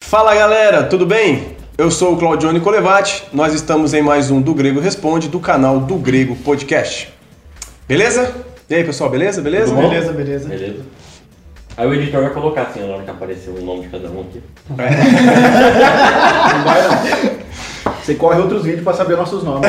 Fala galera, tudo bem? Eu sou o Claudione Colevati, nós estamos em mais um Do Grego Responde, do canal Do Grego Podcast. Beleza? E aí pessoal, beleza? Beleza? Beleza. Aí o editor vai colocar assim, na hora que aparecer o nome de cada um aqui. Não vai não. Você corre outros vídeos pra saber nossos nomes.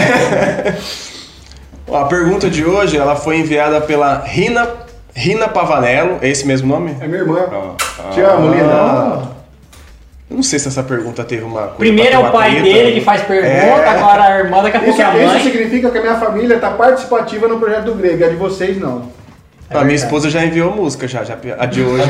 A pergunta de hoje, ela foi enviada pela Rina Pavanello, é esse mesmo nome? É minha irmã. Te amo, linda. Eu não sei se essa pergunta teve uma coisa. Primeiro é o pai dele que faz pergunta, agora a irmã, daqui a pouco é a mãe. Isso significa que a minha família está participativa no projeto do Grego, a de vocês não. A minha esposa já enviou música, já a de hoje.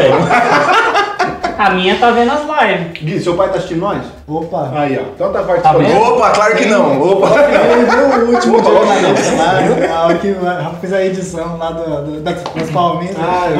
A minha tá vendo as lives. Gui, seu pai tá assistindo nós? Opa! Aí, ó. Então tá participando. vendo? Opa, claro que não. Opa. Ele viu o último dia na letra lá, que eu fiz a edição lá das palminhas.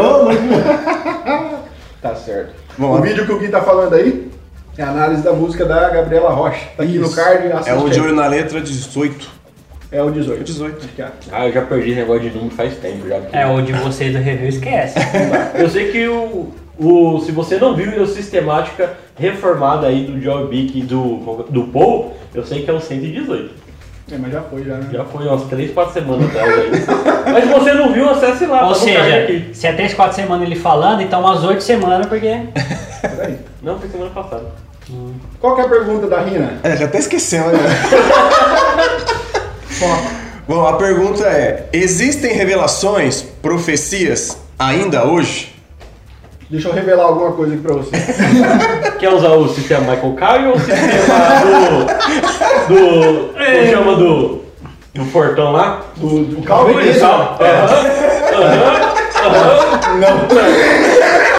Tá certo. Bom, O vídeo que o Gui tá falando aí é a análise da música da Gabriela Rocha. Tá aqui no card. é o de olho na letra 18. É o 18. 18. Aqui, ó. Ah, eu já perdi esse negócio de número faz tempo já. É, o de vocês do review esquece. Eu sei que se você não viu a sistemática reformada aí do Joe Bick e do Paul, eu sei que é o 118. É, mas já foi, já, né? Já foi umas 3, 4 semanas atrás aí. Mas se você não viu, acesse lá. Ou tá no card seja, aqui. se é 3, 4 semanas ele falando, então umas 8 semanas, porque... Peraí. Não, foi semana passada. Qual que é a pergunta da Rina? Já até esqueceu, né? Bom, a pergunta é: existem revelações, profecias ainda hoje? Deixa eu revelar alguma coisa aqui pra você. Quer usar o sistema Michael Caio ou o sistema como chama do Fortão lá? Do calvinismo? Não.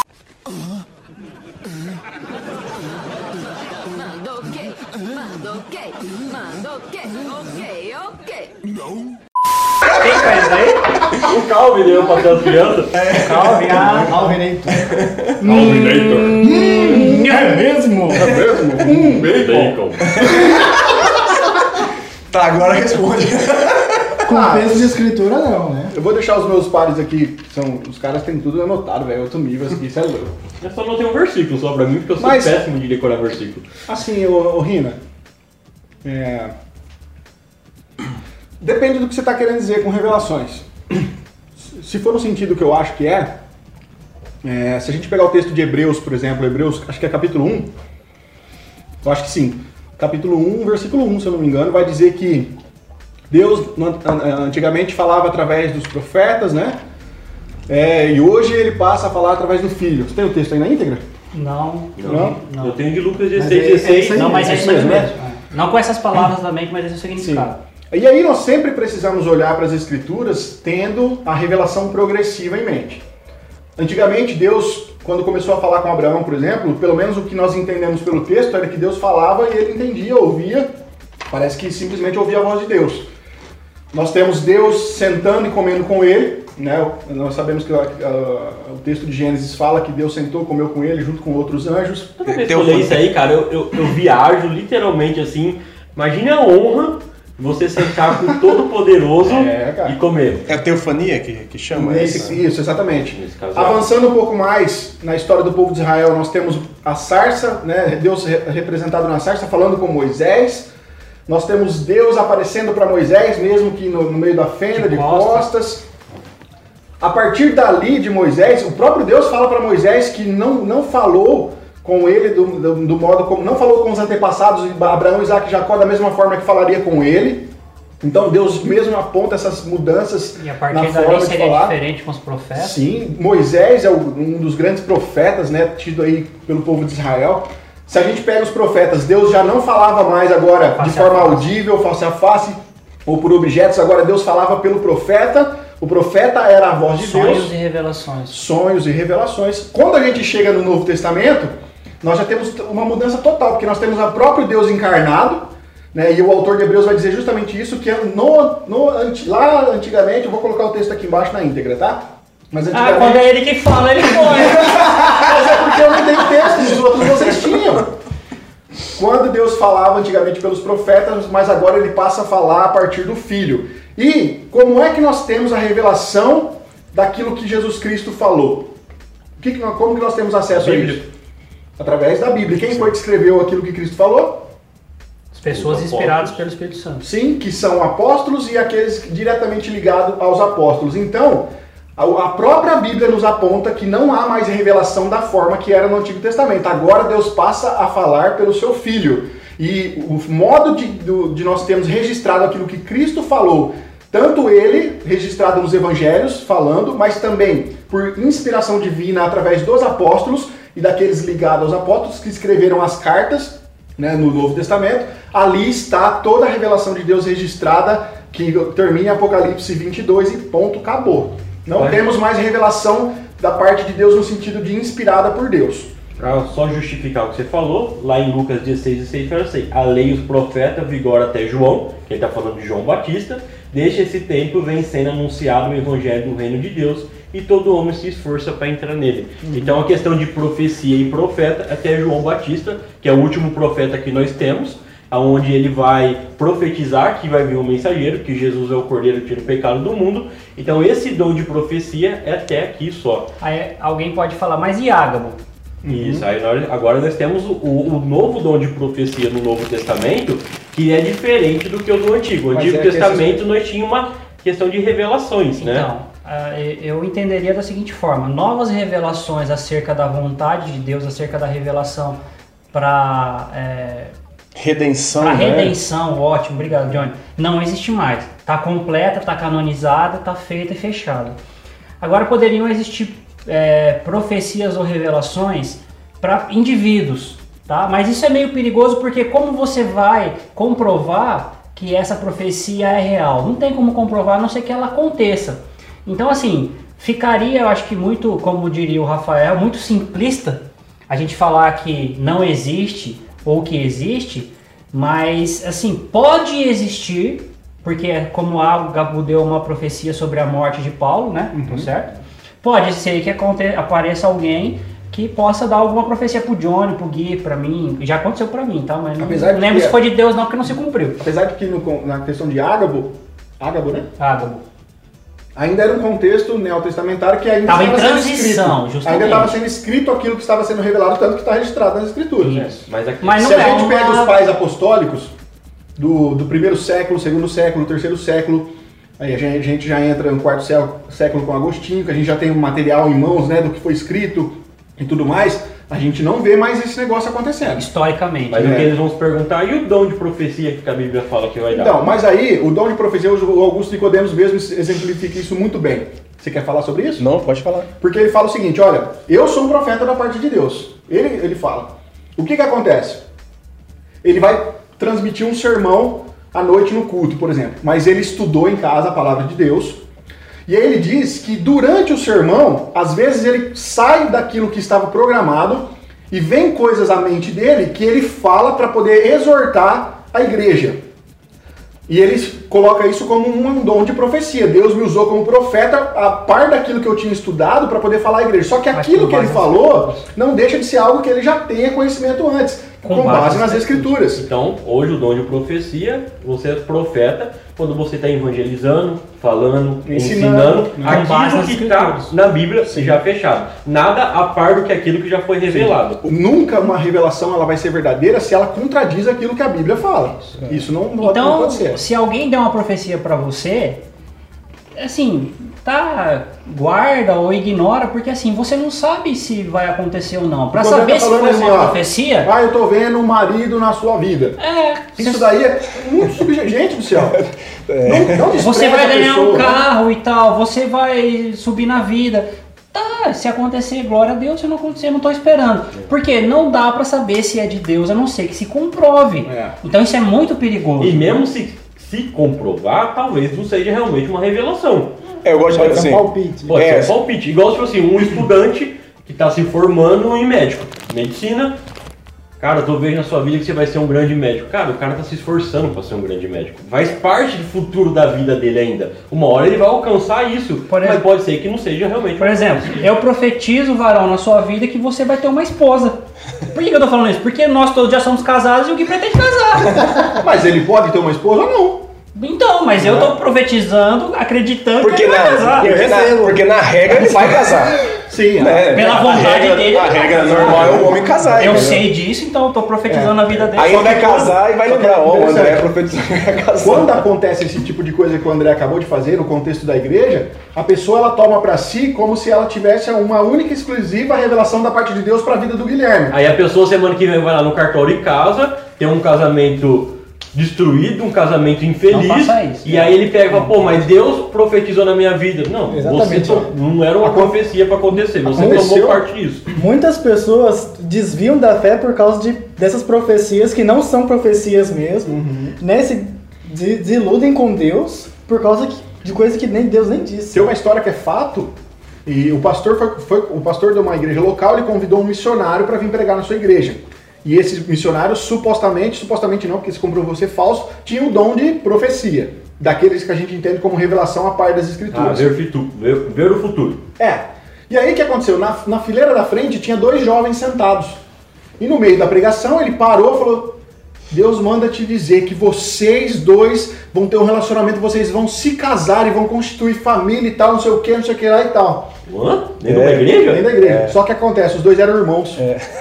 Quem faz isso aí? O Calvin deu pra ter as crianças. Calvin, Alvenator. É mesmo? É mesmo? Bacon. Tá, agora responde. Com peso de escritura não, né? Eu vou deixar os meus pares aqui, os caras têm tudo anotado, velho, outro nível, isso aqui, isso é louco. Eu só não tenho um versículo só pra mim, porque eu sou Mas- péssimo de decorar versículo. Assim, ô Rina, depende do que você está querendo dizer com revelações. Se for no sentido que eu acho que se a gente pegar o texto de Hebreus, por exemplo, Hebreus, acho que é capítulo 1, eu acho que sim, capítulo 1, versículo 1, se eu não me engano, vai dizer que Deus antigamente falava através dos profetas, né? E hoje ele passa a falar através do Filho. Você tem o texto aí na íntegra? Não. Não? Eu tenho de Lucas Mas 16, é isso 16. aí. Não, mas é isso aí mesmo, mesmo. Não com essas palavras também, mas esse é o Sim. significado. E aí nós sempre precisamos olhar para as Escrituras tendo a revelação progressiva em mente. Antigamente, Deus, quando começou a falar com Abraão, por exemplo, pelo menos o que nós entendemos pelo texto era que Deus falava e ele entendia, ouvia, parece que simplesmente ouvia a voz de Deus. Nós temos Deus sentando e comendo com ele, né? Nós sabemos que o texto de Gênesis fala que Deus sentou e comeu com ele junto com outros anjos. Toda vez que eu leio isso aí, cara, eu viajo literalmente assim. Imagine a honra de você sentar com o Todo-Poderoso Cara. e comer. É a teofania que chama Isso, exatamente. Nesse caso, Avançando um pouco mais na história do povo de Israel, nós temos a sarça, né? Deus representado na sarça, falando com Moisés. Nós temos Deus aparecendo para Moisés, mesmo que no meio da fenda, de costas. A partir dali de Moisés, o próprio Deus fala para Moisés que não falou com ele do modo como... Não falou com os antepassados, Abraão, Isaac e Jacó, da mesma forma que falaria com ele. Então Deus mesmo aponta essas mudanças E a na partir forma dali de seria falar. diferente com os profetas? Sim, Moisés é um dos grandes profetas, né, tido aí pelo povo de Israel. Se a gente pega os profetas, Deus já não falava mais agora de Face a forma face. audível, face a face, ou por objetos, agora Deus falava pelo profeta, o profeta era a voz de Sonhos Deus, e revelações. sonhos e revelações. Quando a gente chega no Novo Testamento, nós já temos uma mudança total, porque nós temos o próprio Deus encarnado, né, e o autor de Hebreus vai dizer justamente isso, que lá antigamente, eu vou colocar o texto aqui embaixo na íntegra, tá? Mas Quando é ele que fala, ele põe. Mas é porque eu não tenho texto, os outros vocês tinham. Quando Deus falava antigamente pelos profetas, mas agora ele passa a falar a partir do Filho. E como é que nós temos a revelação daquilo que Jesus Cristo falou? Como que nós temos acesso a isso? Através da Bíblia. Quem foi que escreveu aquilo que Cristo falou? As pessoas inspiradas pelo Espírito Santo. Sim, que são apóstolos e aqueles diretamente ligados aos apóstolos. Então, a própria Bíblia nos aponta que não há mais revelação da forma que era no Antigo Testamento. Agora Deus passa a falar pelo seu Filho. E o modo de nós termos registrado aquilo que Cristo falou, tanto ele, registrado nos Evangelhos, falando, mas também por inspiração divina através dos apóstolos e daqueles ligados aos apóstolos que escreveram as cartas, né, no Novo Testamento. Ali está toda a revelação de Deus registrada, que termina em Apocalipse 22 e ponto, acabou. Não temos mais revelação da parte de Deus no sentido de inspirada por Deus. Para só justificar o que você falou, lá em Lucas 16:6 fala assim: a lei e os profetas vigora até João, que ele está falando de João Batista, desde esse tempo vem sendo anunciado o evangelho do reino de Deus e todo homem se esforça para entrar nele. Então a questão de profecia e profeta até João Batista, que é o último profeta que nós temos, onde ele vai profetizar que vai vir um mensageiro, que Jesus é o Cordeiro que tira o pecado do mundo. Então esse dom de profecia é até aqui só. Aí alguém pode falar, mas e Ágabo? Isso, aí agora nós temos o novo dom de profecia no Novo Testamento, que é diferente do que o do Antigo. O Antigo Testamento nós tínhamos uma questão de revelações, né? Então, eu entenderia da seguinte forma: novas revelações acerca da vontade de Deus, acerca da revelação para redenção, para né? redenção, ótimo, obrigado, Johnny. Não existe mais. Está completa, está canonizada, está feita e fechada. Agora poderiam existir profecias ou revelações para indivíduos, tá? Mas isso é meio perigoso porque como você vai comprovar que essa profecia é real? Não tem como comprovar, a não ser que ela aconteça. Então, assim, ficaria, eu acho que muito, como diria o Rafael, muito simplista a gente falar que não existe ou que existe, mas, assim, pode existir, porque como Ágabo deu uma profecia sobre a morte de Paulo, né? Certo? Pode ser que apareça alguém que possa dar alguma profecia pro Johnny, pro Gui, pra mim. Já aconteceu pra mim, tá? Mas não lembro se foi de Deus não, porque não se cumpriu. Apesar de que na questão de Ágabo, né? Ágabo. Ainda era um contexto neotestamentário que ainda estava em sendo transição, escrito. justamente. Ainda estava sendo escrito aquilo que estava sendo revelado, tanto que está registrado nas escrituras. Isso, mas aqui, Mas não se a gente pega os pais apostólicos do primeiro século, segundo século, terceiro século, aí a gente já entra no quarto século com Agostinho, que a gente já tem um material em mãos, né, do que foi escrito e tudo mais, a gente não vê mais esse negócio acontecendo. Historicamente. Mas o que eles vão se perguntar, e o dom de profecia que a Bíblia fala que vai dar? Então, mas aí, o dom de profecia, o Augusto Nicodemos mesmo exemplifica isso muito bem. Você quer falar sobre isso? Não, pode falar. Porque ele fala o seguinte, olha, eu sou um profeta da parte de Deus. Ele fala. O que acontece? Ele vai transmitir um sermão à noite no culto, por exemplo. Mas ele estudou em casa a palavra de Deus. E aí ele diz que durante o sermão, às vezes ele sai daquilo que estava programado e vem coisas à mente dele que ele fala para poder exortar a igreja. E ele coloca isso como um dom de profecia. Deus me usou como profeta a par daquilo que eu tinha estudado para poder falar à igreja. Só que aquilo que ele falou não deixa de ser algo que ele já tenha conhecimento antes, com base nas escrituras. Então, hoje o dom de profecia, você é profeta quando você está evangelizando, falando, ensinando aquilo que está na Bíblia já fechado. Nada a par do que aquilo que já foi revelado. Nunca uma revelação ela vai ser verdadeira se ela contradiz aquilo que a Bíblia fala. Isso não pode ser. Se alguém der uma profecia para você, assim, guarda ou ignora, porque assim, você não sabe se vai acontecer ou não. Para saber se foi uma profecia... eu tô vendo um marido na sua vida. Isso daí é muito subjetivo. Gente do céu. Não você vai ganhar um carro e tal, você vai subir na vida. Se acontecer, glória a Deus. Se não acontecer, eu não tô esperando. Porque não dá para saber se é de Deus, a não ser que se comprove. Então isso é muito perigoso. E mesmo se comprovar, talvez não seja realmente uma revelação. Eu gosto de fazer assim. Palpite. Pode ser um palpite. Igual, tipo assim, um estudante que está se formando em médico. Medicina. Cara, eu tô vendo na sua vida que você vai ser um grande médico. Cara, o cara tá se esforçando para ser um grande médico. Faz parte do futuro da vida dele ainda. Uma hora ele vai alcançar isso. Mas pode ser que não seja realmente. Por exemplo, eu profetizo, varão, na sua vida que você vai ter uma esposa. Por que eu tô falando isso? Porque nós todos já somos casados e o Gui pretende casar. Mas ele pode ter uma esposa ou não? Então, mas eu tô profetizando, acreditando que ele vai casar. Porque na regra ele vai casar. Sim, Pela vontade dele. A regra normal é o homem casar. Eu entendeu? sei disso, então eu tô profetizando na vida dele. Aí ele vai casar e vai lembrar, ó, o André interessante. profetizou que vai casar. Quando acontece esse tipo de coisa que o André acabou de fazer no contexto da igreja, a pessoa ela toma pra si como se ela tivesse uma única e exclusiva revelação da parte de Deus pra vida do Guilherme. Aí a pessoa semana que vem vai lá no cartório e casa, tem um casamento destruído, um casamento infeliz. Não faça isso. E aí ele pega e fala, pô, mas Deus profetizou na minha vida. Não, Exatamente. você não era uma profecia pra acontecer, você Aconteceu. tomou parte disso. Muitas pessoas desviam da fé por causa dessas profecias que não são profecias mesmo, né? Se desiludem com Deus por causa de coisas que nem Deus nem disse. Tem uma história que é fato, e o pastor o pastor de uma igreja local, ele convidou um missionário para vir pregar na sua igreja. E esse missionário, supostamente não, porque se comprovou ser falso, tinha o dom de profecia, daqueles que a gente entende como revelação a par das escrituras. Ver o futuro. E aí o que aconteceu? Na fileira da frente tinha 2 jovens sentados. E no meio da pregação ele parou e falou: Deus manda te dizer que vocês 2 vão ter um relacionamento, vocês vão se casar e vão constituir família e tal, não sei o que lá e tal. Hã? Dentro da igreja? Dentro da igreja. Só que acontece, os 2 eram irmãos.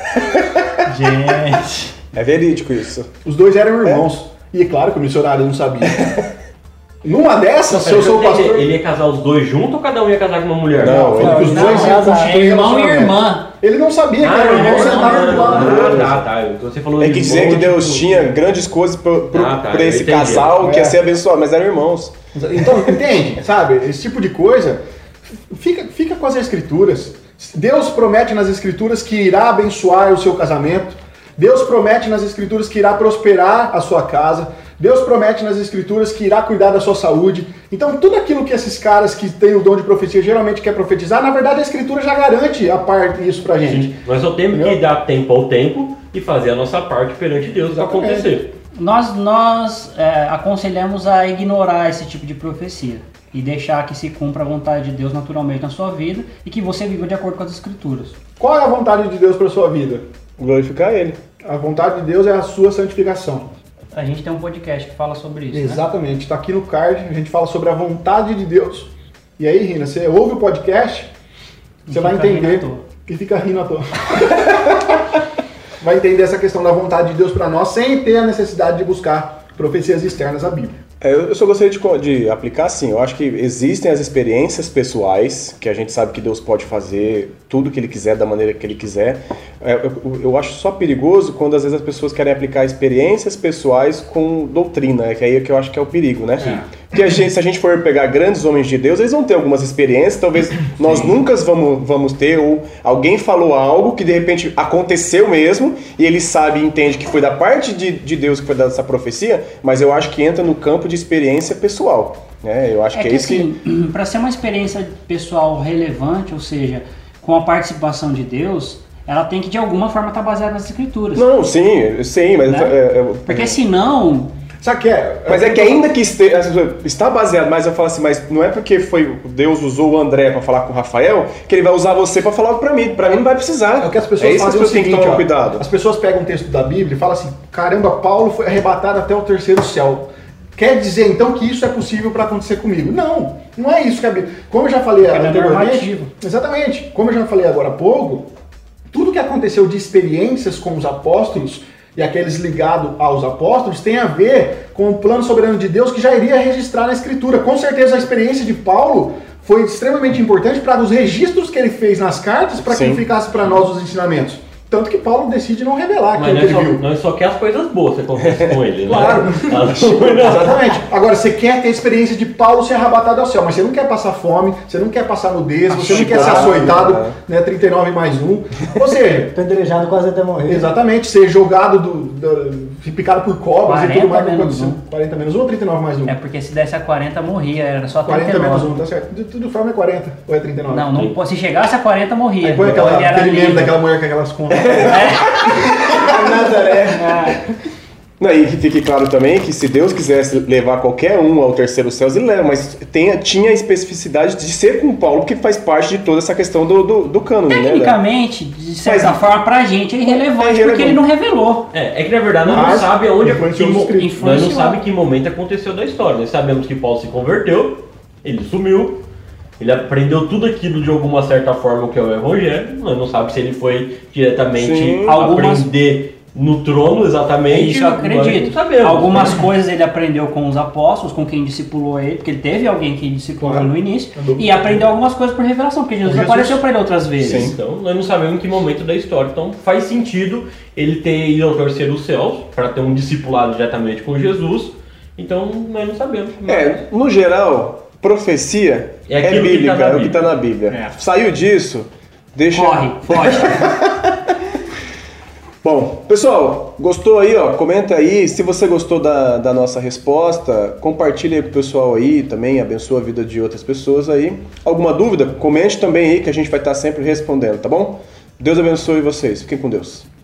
Gente. É verídico isso. Os 2 eram irmãos. E é claro que o missionário não sabia. Numa dessas, se eu sou o pastor... Ele ia casar os 2 juntos ou cada um ia casar com uma mulher? Não, ele que os não, 2 iam não, constituir é irmão e relacionamento. irmã. Ele não sabia que era irmão sentado do lado do outro. Tá. Você falou É que dizer que irmão, Deus tipo, tinha grandes coisas pra eu esse entendi. casal que ia ser abençoado, mas eram irmãos. Então, entende? Sabe? Esse tipo de coisa, fica com as escrituras. Deus promete nas escrituras que irá abençoar o seu casamento. Deus promete nas escrituras que irá prosperar a sua casa. Deus promete nas escrituras que irá cuidar da sua saúde. Então, tudo aquilo que esses caras que têm o dom de profecia geralmente quer profetizar, na verdade a escritura já garante a parte isso pra gente. Sim. Nós só temos que dar tempo ao tempo e fazer a nossa parte perante Deus para Exatamente. acontecer. Nós aconselhamos a ignorar esse tipo de profecia e deixar que se cumpra a vontade de Deus naturalmente na sua vida e que você viva de acordo com as escrituras. Qual é a vontade de Deus para sua vida? Glorificar ele. A vontade de Deus é a sua santificação. A gente tem um podcast que fala sobre isso, né? Exatamente, está aqui no card, a gente fala sobre a vontade de Deus. E aí, Rina, você ouve o podcast, você vai fica rindo entender à toa. e fica rindo à toa. Vai entender essa questão da vontade de Deus para nós sem ter a necessidade de buscar profecias externas à Bíblia. Eu só gostaria de aplicar assim, eu acho que existem as experiências pessoais, que a gente sabe que Deus pode fazer tudo que Ele quiser, da maneira que Ele quiser. Eu acho só perigoso quando às vezes as pessoas querem aplicar experiências pessoais com doutrina, que aí é que eu acho que é o perigo, né? Porque se a gente for pegar grandes homens de Deus, eles vão ter algumas experiências, talvez nós nunca vamos ter, ou alguém falou algo que de repente aconteceu mesmo, e ele sabe e entende que foi da parte de Deus que foi dada essa profecia, mas eu acho que entra no campo de experiência pessoal. Né? Eu acho que é isso assim, para ser uma experiência pessoal relevante, ou seja, com a participação de Deus, ela tem que de alguma forma estar baseada nas escrituras. Não, sim, mas... Né? Porque senão... Sabe que é? Mas é que ainda que está baseado, mas eu falo assim, mas não é porque Deus usou o André para falar com o Rafael, que ele vai usar você para falar para mim não vai precisar. É o que as pessoas isso fazem que as pessoas têm que tomar ó, cuidado. As pessoas pegam um texto da Bíblia e falam assim, caramba, Paulo foi arrebatado até o 3º céu. Quer dizer então que isso é possível para acontecer comigo? Não é isso que a Bíblia... Como eu já falei anteriormente... Exatamente. Como eu já falei agora há pouco, tudo que aconteceu de experiências com os apóstolos e aqueles ligados aos apóstolos tem a ver com o plano soberano de Deus que já iria registrar na Escritura. Com certeza a experiência de Paulo foi extremamente importante para os registros que ele fez nas cartas, para que ele ficasse para nós os ensinamentos. Tanto que Paulo decide não revelar aquilo que ele viu. Nós só quer as coisas boas que acontecem com ele, né? Claro. Exatamente. Agora, você quer ter a experiência de Paulo ser arrebatado ao céu, mas você não quer passar fome, você não quer passar nudez, você não quer ser açoitado, né, 39 mais 1. Ou seja... Pendurejado quase até morrer. Exatamente, ser jogado, picado por cobras e tudo mais que aconteceu. 1. 40 menos 1 ou 39 mais 1? É porque se desse a 40 morria, era só 40 39. menos 1, tá certo. De toda forma é 40, ou é 39? Não, se chegasse a 40 morria. Aí põe Então ele era aquele meme livre. daquela mulher com aquelas contas. Não, e que fique claro também que se Deus quisesse levar qualquer um ao 3º céu, ele leva, mas tinha a especificidade de ser com Paulo, porque faz parte de toda essa questão do cânone, né? Tecnicamente, de certa forma, pra gente é irrelevante, porque ele não revelou. É que na verdade nós não Mas sabemos aonde influenciou os escritos. nós não sabemos que momento aconteceu da história. Nós sabemos que Paulo se converteu, ele sumiu, Ele aprendeu tudo aquilo de alguma certa forma que é o Evangelho, mas não sabe se ele foi diretamente aprender no trono exatamente. Isso eu acredito. Algumas coisas ele aprendeu com os apóstolos, com quem discipulou ele, porque ele teve alguém que discipulou no início, e aprendeu algumas coisas por revelação, porque Jesus apareceu para ele outras vezes. Sim. Então, nós não sabemos em que momento da história. Então, faz sentido ele ter ido ao terceiro céu para ter um discipulado diretamente com Jesus. Então, nós não sabemos. No geral, profecia é bíblica, é o que está na Bíblia. Saiu disso, deixa... Foge. Bom, pessoal, gostou aí, ó? Comenta aí. Se você gostou da nossa resposta, compartilha aí com o pessoal aí também, abençoa a vida de outras pessoas aí. Alguma dúvida? Comente também aí que a gente vai estar sempre respondendo, tá bom? Deus abençoe vocês. Fiquem com Deus.